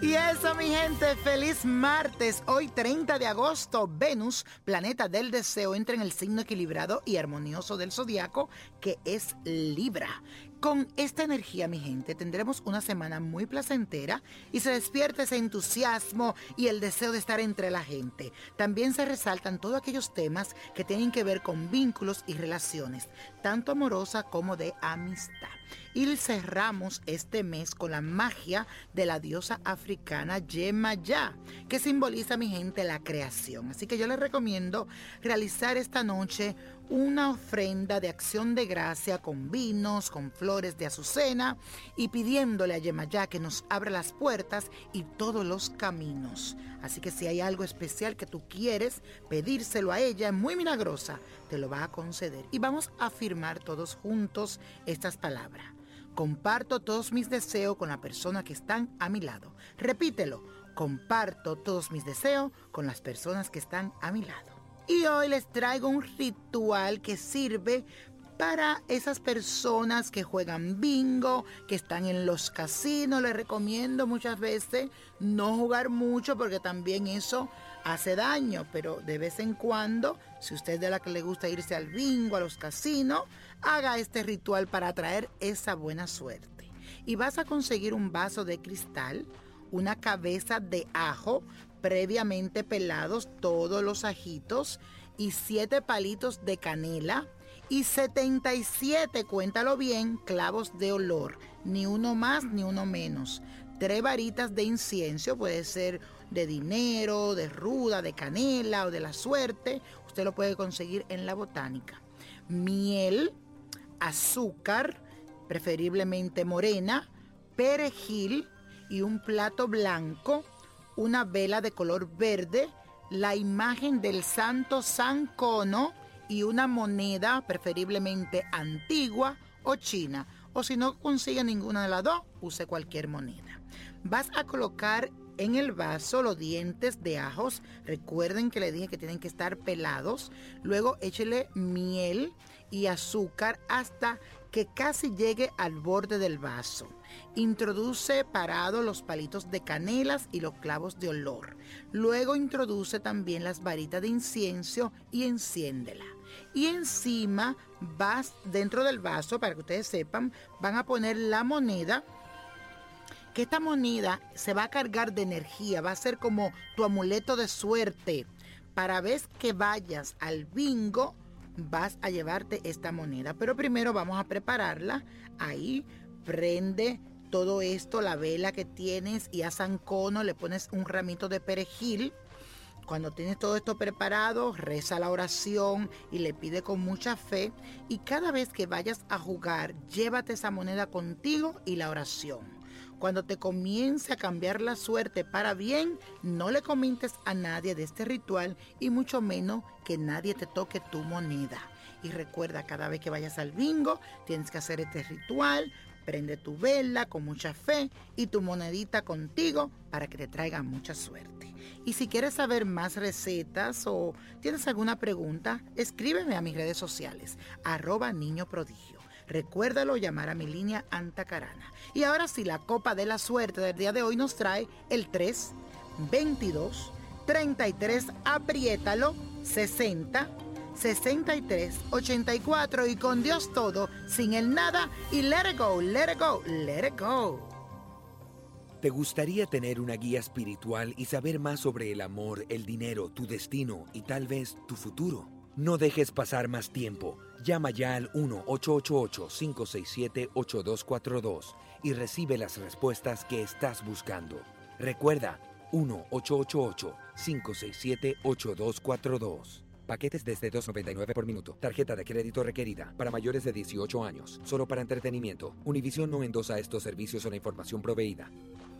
Y eso, mi gente, feliz martes. Hoy 30 de agosto, Venus, planeta del deseo, entra en el signo equilibrado y armonioso del zodiaco, que es Libra. Con esta energía, mi gente, tendremos una semana muy placentera y se despierta ese entusiasmo y el deseo de estar entre la gente. También se resaltan todos aquellos temas que tienen que ver con vínculos y relaciones, tanto amorosa como de amistad. Y cerramos este mes con la magia de la diosa africana Yemayá, que simboliza, mi gente, la creación. Así que yo les recomiendo realizar esta noche una ofrenda de acción de gracia con vinos, con flores de azucena y pidiéndole a Yemayá que nos abra las puertas y todos los caminos. Así que si hay algo especial que tú quieres pedírselo a ella, muy milagrosa, te lo va a conceder. Y vamos a afirmar todos juntos estas palabras. Comparto todos mis deseos con la persona que están a mi lado. Repítelo. Comparto todos mis deseos con las personas que están a mi lado. Y hoy les traigo un ritual que sirve para esas personas que juegan bingo, que están en los casinos. Les recomiendo muchas veces no jugar mucho porque también eso hace daño, pero de vez en cuando, si usted es de la que le gusta irse al bingo, a los casinos, haga este ritual para atraer esa buena suerte. Y vas a conseguir un vaso de cristal, una cabeza de ajo previamente pelados, todos los ajitos, y 7 palitos de canela y 77, cuéntalo bien, clavos de olor, ni uno más ni uno menos. 3 varitas de incienso, puede ser de dinero, de ruda, de canela o de la suerte. Usted lo puede conseguir en la botánica. Miel, azúcar, preferiblemente morena, perejil y un plato blanco, una vela de color verde, la imagen del santo San Cono y una moneda preferiblemente antigua o china. O si no consigue ninguna de las dos, use cualquier moneda. Vas a colocar en el vaso los dientes de ajos. Recuerden que le dije que tienen que estar pelados. Luego échele miel y azúcar hasta que casi llegue al borde del vaso. Introduce parado los palitos de canelas y los clavos de olor. Luego introduce también las varitas de incienso y enciéndela. Y encima vas dentro del vaso, para que ustedes sepan, van a poner la moneda, que esta moneda se va a cargar de energía, va a ser como tu amuleto de suerte. Para vez que vayas al bingo, vas a llevarte esta moneda. Pero primero vamos a prepararla. Ahí prende todo esto, la vela que tienes, y a San Cono le pones un ramito de perejil. Cuando tienes todo esto preparado, reza la oración y le pide con mucha fe. Y cada vez que vayas a jugar, llévate esa moneda contigo y la oración. Cuando te comience a cambiar la suerte para bien, no le comentes a nadie de este ritual y mucho menos que nadie te toque tu moneda. Y recuerda, cada vez que vayas al bingo, tienes que hacer este ritual. Prende tu vela con mucha fe y tu monedita contigo para que te traiga mucha suerte. Y si quieres saber más recetas o tienes alguna pregunta, escríbeme a mis redes sociales, @niñoprodigio. Recuérdalo, llamar a mi línea Antacarana. Y ahora sí, la copa de la suerte del día de hoy nos trae el 3, 22, 33, apriétalo, 60, 63, 84 y con Dios todo, sin el nada y let it go, let it go, let it go. ¿Te gustaría tener una guía espiritual y saber más sobre el amor, el dinero, tu destino y tal vez tu futuro? No dejes pasar más tiempo. Llama ya al 1-888-567-8242 y recibe las respuestas que estás buscando. Recuerda, 1-888-567-8242. Paquetes desde $2.99 por minuto. Tarjeta de crédito requerida para mayores de 18 años. Solo para entretenimiento. Univision no endosa estos servicios o la información proveída.